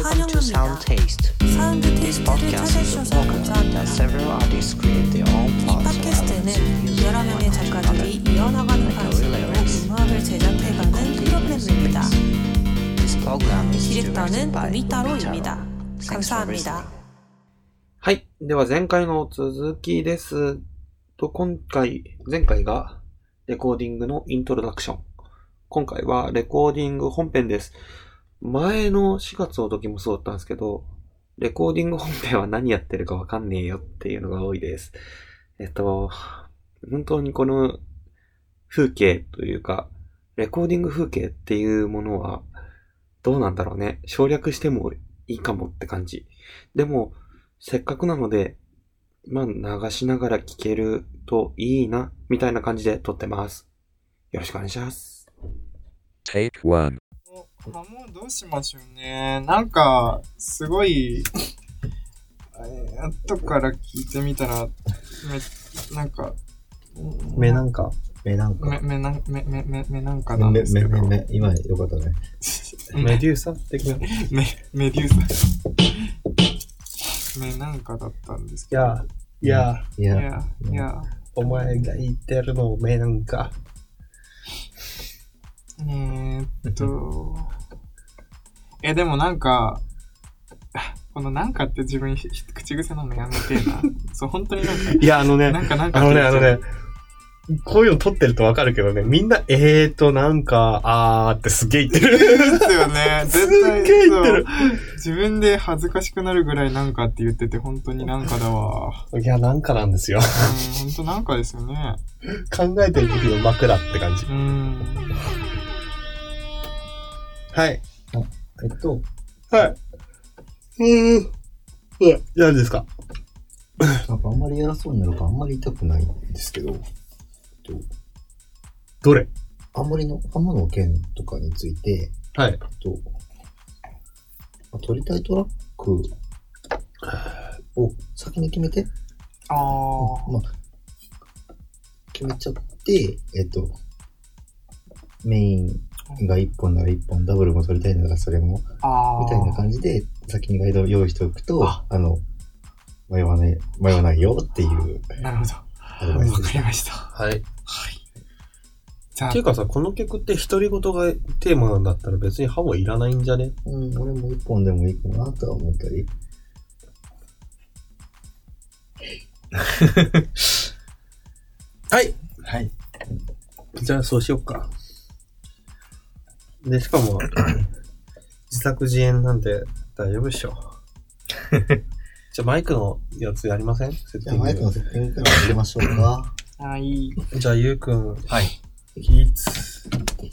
환영합니다. 사운드 테이스트를 찾아주셔서 감사합니다. 이 팟캐스트는 여러 명의 작가들이 이어나가는 방식으로 음악을 제작해가는 프로그램입니다. 디렉터는 우리따로입니다. 감사합니다. はい。では前回の続きです。前回がレコーディングのイントロダクション。今回はレコーディング本編です。前の4月の時もそうだったんですけど、レコーディング本編は何やってるかわかんねえよっていうのが多いです。本当にこの風景というか、レコーディング風景っていうものはどうなんだろうね。省略してもいいかもって感じ。でも、せっかくなので、流しながら聴けるといいな、みたいな感じで撮ってます。よろしくお願いします。 Take one。 もうどうしましょうね。なんか、すごい、後から聞いてみたら、なんかなんかなんですけど。 今よかったね。 メデューサ的な。 メデューサ。なんかだったんですけど。 いや。 お前が言ってるのなんか。 でもなんか、このなんかって自分口癖なのやめてな。そう、本当になんか。 いや、 なんかこういうの撮ってるとわかるけどね、みんな、なんか、ってすげえ言ってる。 ですよね。絶対すげえ言ってる。 自分で恥ずかしくなるぐらいなんかって言ってて、本当になんかだわ。 いや、なんかなんですよ。 本当なんかですよね。 考えてる時の枕って感じ。はい。はい。何ですか？ なんかあんまり偉そうになるかあんまり痛くないんですけど、 どれ？ ハモの件とかについて、 はい。 撮りたいトラックを先に決めて、決めちゃって、メインが1本なら1本、ダブルも撮りたいならそれも、みたいな感じで先にガイドを用意しておくと、迷わないよっていう。 なるほど。わかりました。 はい。ていうかさ、この曲って独り言がテーマなんだったら別にハモいらないんじゃね？ 俺も一本でもいいかなとは思ったり。 はい。 はい。 じゃあそうしよっか。で、しかも、自作自演なんで大丈夫っしょ。じゃあマイクのやつやりません？ じゃあマイクのセッティングから入れましょうか。 はい。 じゃあゆうくん。 はい。 ヒーツ。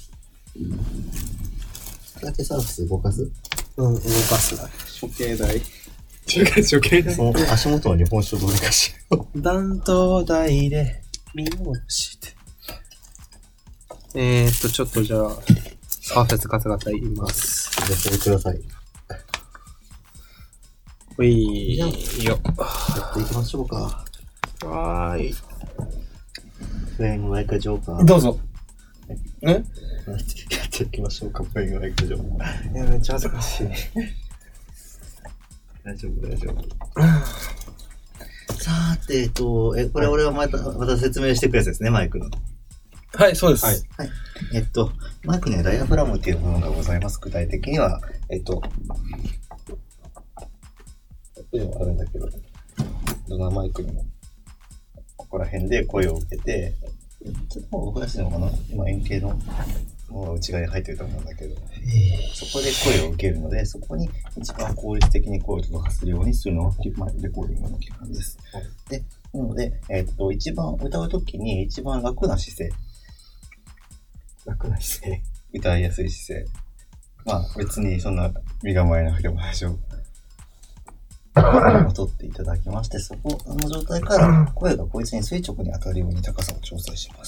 だけサーフス動かす？ 動かす。処刑台。 処刑台。 その足元の日本酒どれかしら。 弾頭台で見下ろして。ちょっとじゃあ、サーフェスガタガタ言います。 じゃあそれください。 ほいよ。 やっていきましょうか。 はーい。 プレイングライカジョーカー。 どうぞ。 やっていきましょうか、プレイングライカジョーカー。 めっちゃ恥ずかしい。 大丈夫。さて、これ俺はまた説明していくやつですね、マイクの。 はい、そうです。 はい。マイクにはダイヤフラムっていうものがございます。具体的には、これもあるんだけど、どのマイクにも、ここら辺で声を受けて、ちょっともう動かしてるのかな？今円形のものが内側に入ってると思うんだけど、そこで声を受けるので、そこに一番効率的に声を届かせるようにするのがレコーディングの基本です。で、なので、一番歌うときに一番楽な姿勢、歌いやすい姿勢。別にそんな身構えなくても大丈夫。取っていただきまして、そこの状態から声がこいつに垂直に当たるように高さを調整します。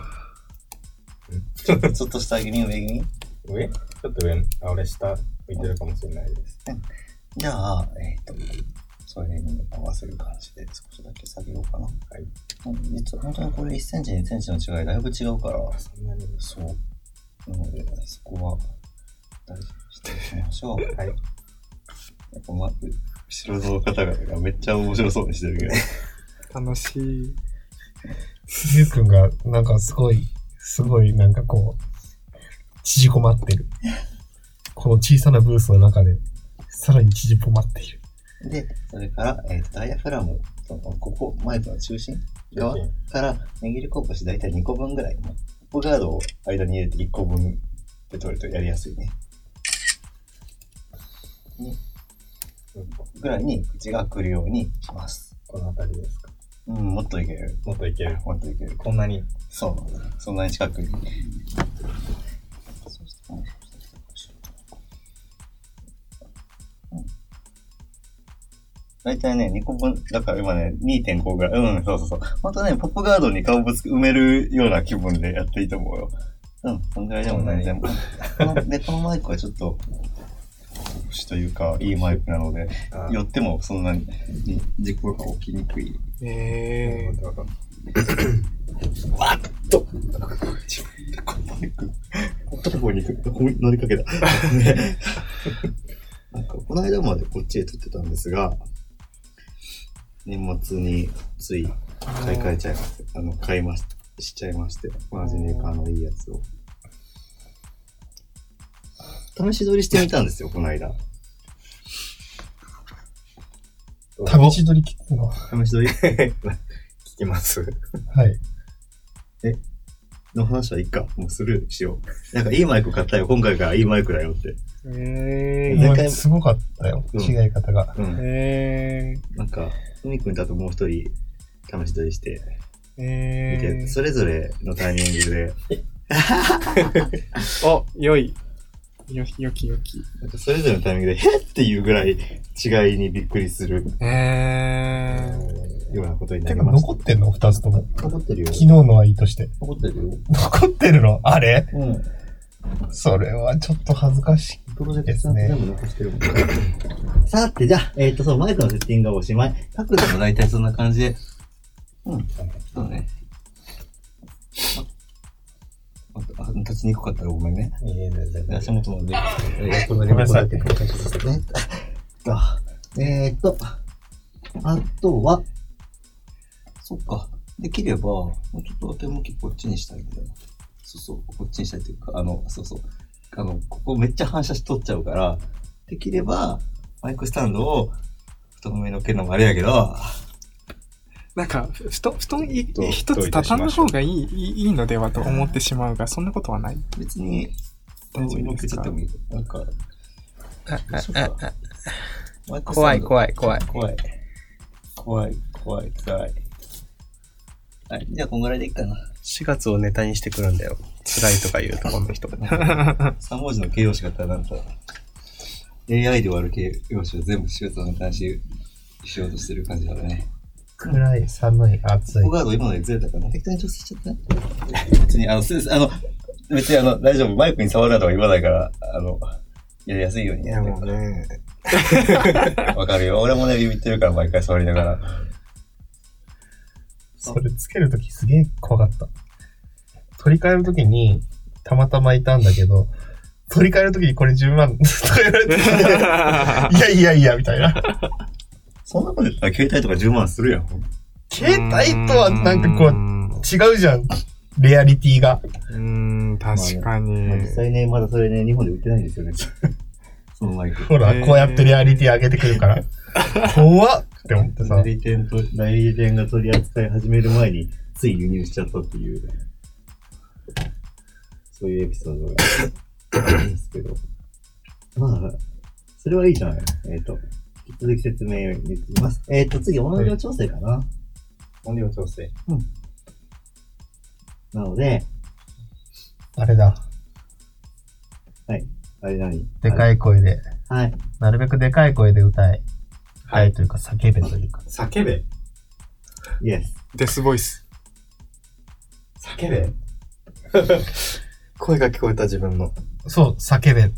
ちょっと下気味、上気味？ 上？ちょっと上、俺下浮いてるかもしれないです。 じゃあ、それに合わせる感じで少しだけ下げようかな。はい。実は本当にこれ1センチ、2センチの違いだいぶ違うから、 そんなに。 そう。なので、そこは大事にしていきましょう。 はい。 後ろの方々がめっちゃ面白そうにしてるけど。 楽しい。 ゆうくんが、なんかすごい、なんかこう、縮こまってる。この小さなブースの中で、さらに縮こまっている。 で、それから、ダイヤフラム、ここ、マイクの中心側から握りこぼし大体2個分ぐらいの、ポップガードを間に入れて1個分で取るとやりやすいね。ぐらいに口が来るようにします。 この辺りですか？ うん、もっといける。 もっといける。 もっといける。 こんなに。 そう。そんなに近くに。大体ね、2個分、だから今ね、2.5 ぐらい。うん、そう。ほんとね、ポップガードに顔埋めるような気分でやっていいと思うよ。うん、そんぐらいでもね、全部。で、このマイクはちょっと、というか、いいマイクなので、寄ってもそんなに事故が起きにくい。わっとこのマイク、片方に乗りかけた。なんかこの間までこっちへ撮ってたんですが、年末につい買い替えちゃいまして、しちゃいまして、マジメーカーのいいやつを。試し撮りしてみたんですよ、この間。 試し撮り聞くの？ 試し撮り聞きます。 はい。 の話はいいか。もうスルーしよう。なんかいいマイク買ったよ。今回からいいマイクだよって。 前回すごかったよ。違い方が。 なんか、ふみくんだともう一人試し撮りして、見て、それぞれのタイミングで。 お、よき。 なんかそれぞれのタイミングで、へっていうぐらい違いにびっくりする。ようなことになりました。 残ってんの？二つとも。 残ってるよ。 昨日のはいいとして。 残ってるよ。 残ってるの？あれ？ うん。 それはちょっと恥ずかしいですね。 全部残してるもん。さて、じゃあ、そのマイクのセッティングがおしまい。角度も大体そんな感じで。うん。そうね。立ちにくかったらごめんね。足元ので、このリモコンだけ解消させてね。あとは、そっか。できれば、もうちょっと手向きこっちにしたいんだよ。こっちにしたいというか、ここめっちゃ反射しとっちゃうから、できれば、マイクスタンドを太めのっけるのもあれやけど、 なんか、布団一つ畳む方がいいのではと思ってしまうが、そんなことはない。 別に、大丈夫ですか？なんか、 怖い。 はい、じゃあこんぐらいでいいかな。 4月をネタにしてくるんだよ。辛いとか言うとこの人。 3文字の形容詞があったらなんか、AI で終わる形容詞を全部4月のネタにしようとしてる感じだね。 暗い、寒い、暑い。 ポガード今のでずれたから適当に調整しちゃったね。別に、大丈夫。マイクに触るなとか言わないから、やりやすいようにやってるから。ね。わかるよ。俺もね、ビビってるから毎回触りながら。 それつけるときすげえ怖かった。取り替えるときに、たまたまいたんだけど、取り替えるときにこれ10万とか言われて、いや、みたいな。 そんなこと言ったら携帯とか10万するやん。 携帯とはなんかこう、違うじゃん。レアリティが。 確かに。 実際ね、まだそれね、日本で売ってないんですよね。そのマイク。 ほら、こうやってレアリティ上げてくるから。怖っって思ってさ。 代理店が取り扱い始める前に、つい輸入しちゃったっていう、そういうエピソードがあるんですけど。まあ、それはいいじゃない。引き続き説明に行きます。次、音量調整かな。 音量調整。 うん。なので、 あれだ。 はい。あれ何？ でかい声で。 はい。 なるべくでかい声で歌い。はい。というか、叫べというか。 叫べ？ Yes。 デスボイス。 叫べ？声が聞こえた自分の。 そう、叫べ。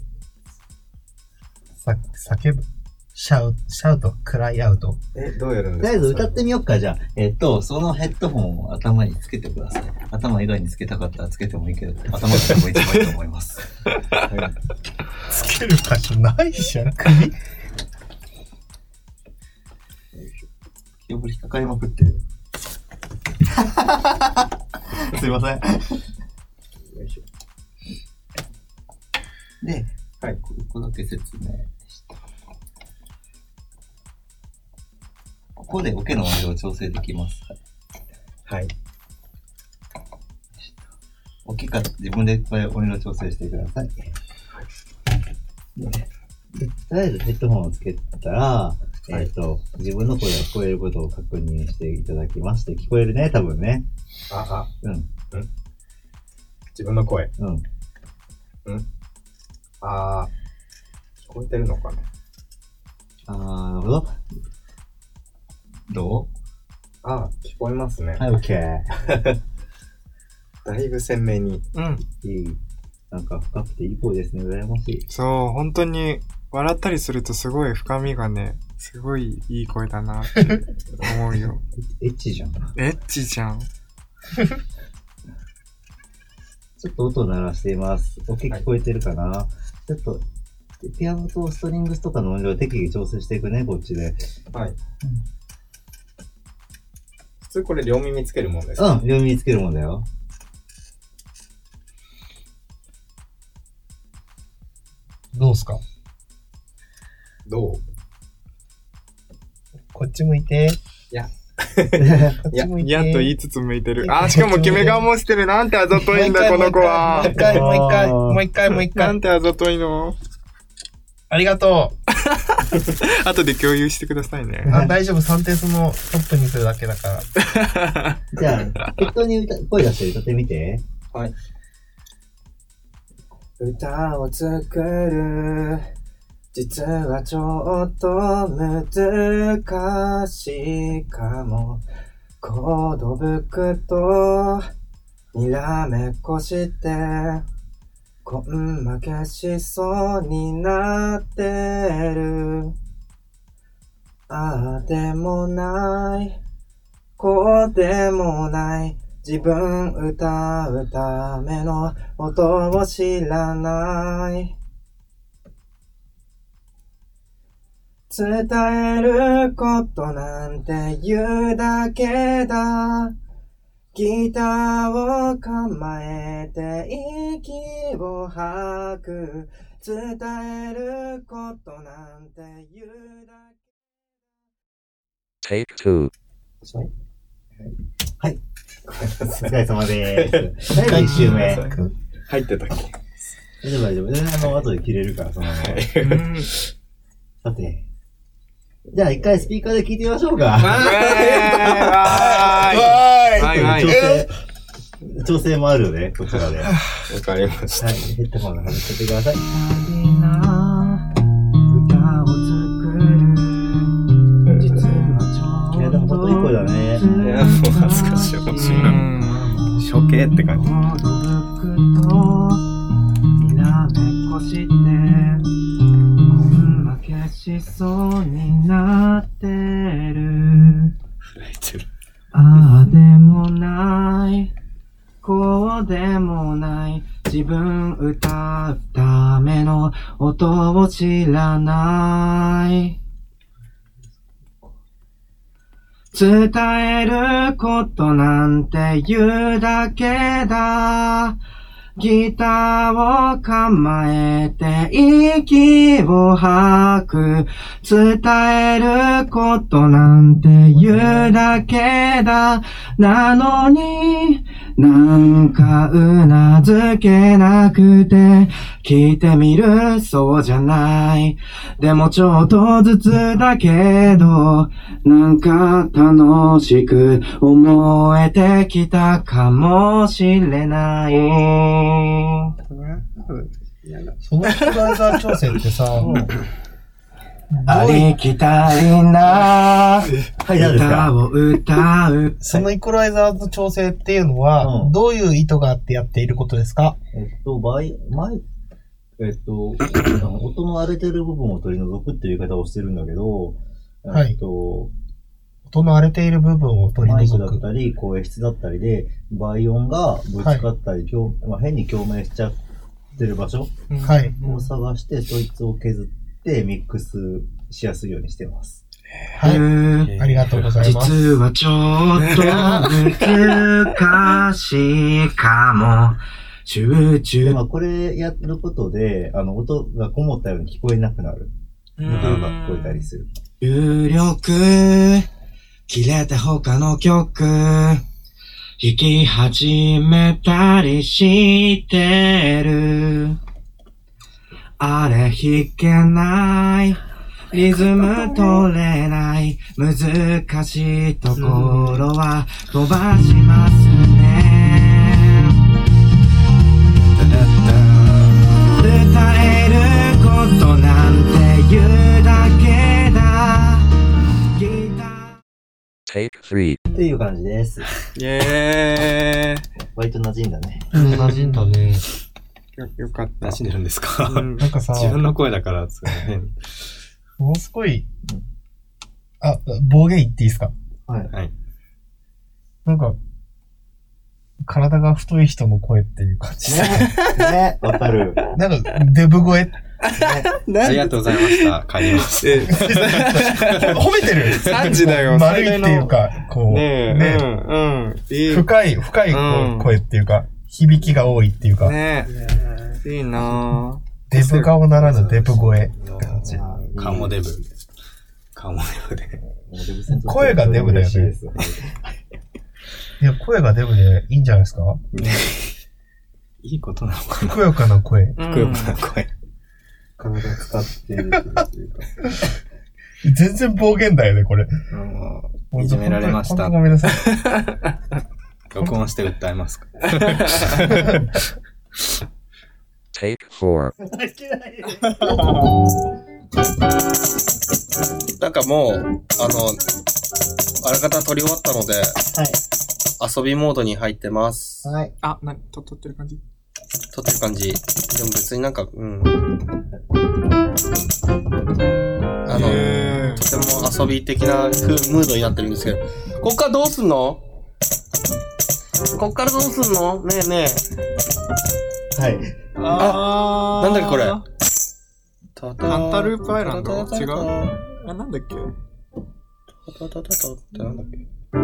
叫ぶ。シャウト、クライアウト。 どうやるんですか？ とりあえず歌ってみよっか、じゃあ。そのヘッドホンを頭につけてください。頭以外につけたかったらつけてもいいけど、頭つけても一番いいと思います。 つける場所ないじゃん、首。 引っかかりまくってる。すいません。 よいしょ。 で、 はい。 ここだけ説明した。ここでオケの音量を調整できます。 はい。 大きかった自分でこれ音量調整してください。でとりあえずヘッドホンをつけたら、自分の声が聞こえることを確認していただきまして、聞こえるね、多分ね。うん。 自分の声。 うん。 聞こえてるのかな？ なるほど。ど聞こえますね。 う？はい、OK。 だいぶ鮮明に。 いい。なんか深くていい声ですね。羨ましい。 そう、本当に笑ったりするとすごい深みがね、すごいいい声だなって思うよ。 エッチじゃん。 エッチじゃん。 ちょっと音を鳴らしています。オケ聞こえてるかな、ちょっと、ピアノとストリングスとかの音量を適宜調整していくね、こっちで。 はい。普通これ両耳つけるもんですか？ 両耳つけるもんだよ。 どうすか？ どう？ こっち向いて。 いや。 こっち向いて。 やっと言いつつ向いてる。しかも決め顔もしてる。なんてあざといんだ、この子は。 もう一回。 なんてあざといの。 ありがとう。後で共有してくださいね。 大丈夫。3点そのトップにするだけだから。 じゃあ、適当に声出して歌ってみて。 はい。歌を作る。実はちょっと難しいかも。コードブックとにらめっこしてこんまけしそうになってる。ああでもないこうでもない自分歌うための音を知らない。伝えることなんて言うだけだ。ギターを構えて息を吐く。伝えることなんて言うだけ。Take 2。 はい。お疲れ様でーす。最後1周目。 入ってたっけ？ 大丈夫。全然後で切れるから、そのまま。さて。じゃあ一回スピーカーで聞いてみましょうか。調整もあるよね、こちらで。わかりました。 はい、ヘッドホン外してください。いや、でも本当にいい声だね。 いや、もう恥ずかしい。面白い。処刑って感じ。しそうになってる。ああでもないこうでもない自分歌うための音を知らない。伝えることなんて言うだけだ。ギターを構えて息を吐く。伝えることなんて言うだけだ。なのになんかうなずけなくて聞いてみる。そうじゃない。でもちょっとずつだけどなんか楽しく思えてきたかもしれない。 そのイコライザー調整ってさ、 ありきたりな歌を歌う。 そのイコライザーの調整っていうのは、どういう意図があってやっていることですか？ 音の荒れてる部分を取り除くっていう言い方をしてるんだけど、 はい。音の荒れている部分を取り除く。 マイクだったり、声質だったりで、倍音がぶつかったり、変に共鳴しちゃってる場所を探して、そいつを削ってミックスしやすいようにしてます。 はい。ありがとうございます。 実はちょっと難しいかも。集中。 まあ、これやることで、音がこもったように聞こえなくなる。音が聞こえたりする。 有力、切れて他の曲、弾き始めたりしてる。あれ弾けない。リズム取れない。難しいところは飛ばしますね。歌えることなんて言うだけだ。ギター Take 3. っていう感じです。 イェー割と馴染んだね。 馴染んだね。 よかった。 馴染んでるんですか？ うんなんかさ、 自分の声だから、すごい変。 ものすごい、暴言言っていいですか？ はい。 はい。 なんか、体が太い人の声っていう感じ。 ね、わかる。 なんか、デブ声。 ありがとうございました。帰ります。 褒めてる 3時だよ丸いっていうか、こう、 ねえ、 ねうん。いい。 深いこう声っていうか、響きが多いっていうか、 ねえ。いいなデブ顔ならぬデブ声って感じ。 顔もデブ。顔もデブで。 声がデブだよね。いや、声がデブでいいんじゃないですか？ いいことなのかな？ ふくよかな声。 ぁ。 ふくよかな声。 体使ってるっていうか。 全然暴言だよね、これ。 いじめられましたほんとごめんなさい。 録音して訴えますか？ Take 4. なんかもう、あらかた撮り終わったので、遊びモードに入ってます。 はい。 あ、撮ってる感じ？ 撮ってる感じ。でも別になんか、とても遊び的なムードになってるんですけど、こっからどうすんの？こっからどうすんの？ねえねえ。 はい。 なんだっけこれ。 カンタループアイランド？違う？あ、なんだっけ？ ってなんだっけ？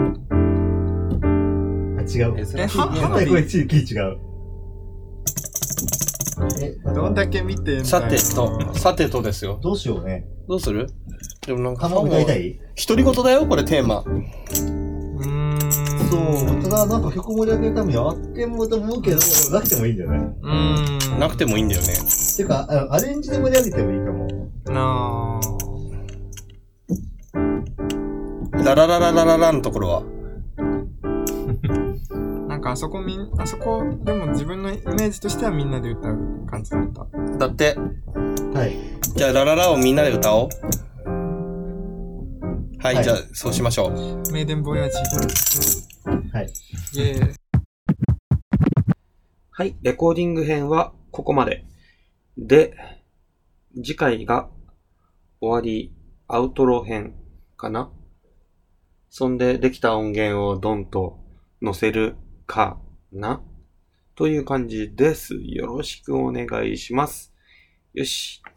違う。 珍しいね。 これ違う。 どんだけ見てんだよ。 さてとですよ。 どうしようね。 どうする？でもなんか、 歌いたい？ 独り言だよ、これテーマ。 そう。ただ、なんか曲盛り上げるためにあってもと思うけど、なくてもいいんだよね。 なくてもいいんだよね。 ていうか、アレンジで盛り上げてもいいかも。 ラララララララのところは。 なんかあそこでも自分のイメージとしてはみんなで歌う感じだった。 だって。 はい。 じゃあ、ラララをみんなで歌おう。はい、じゃあ、そうしましょう。 メイデンボヤージ。 はい。 イェーイ。 はい、レコーディング編はここまで。で、次回が終わり、アウトロ編かな？そんでできた音源をドンと載せるかな？という感じです。よろしくお願いします。よし。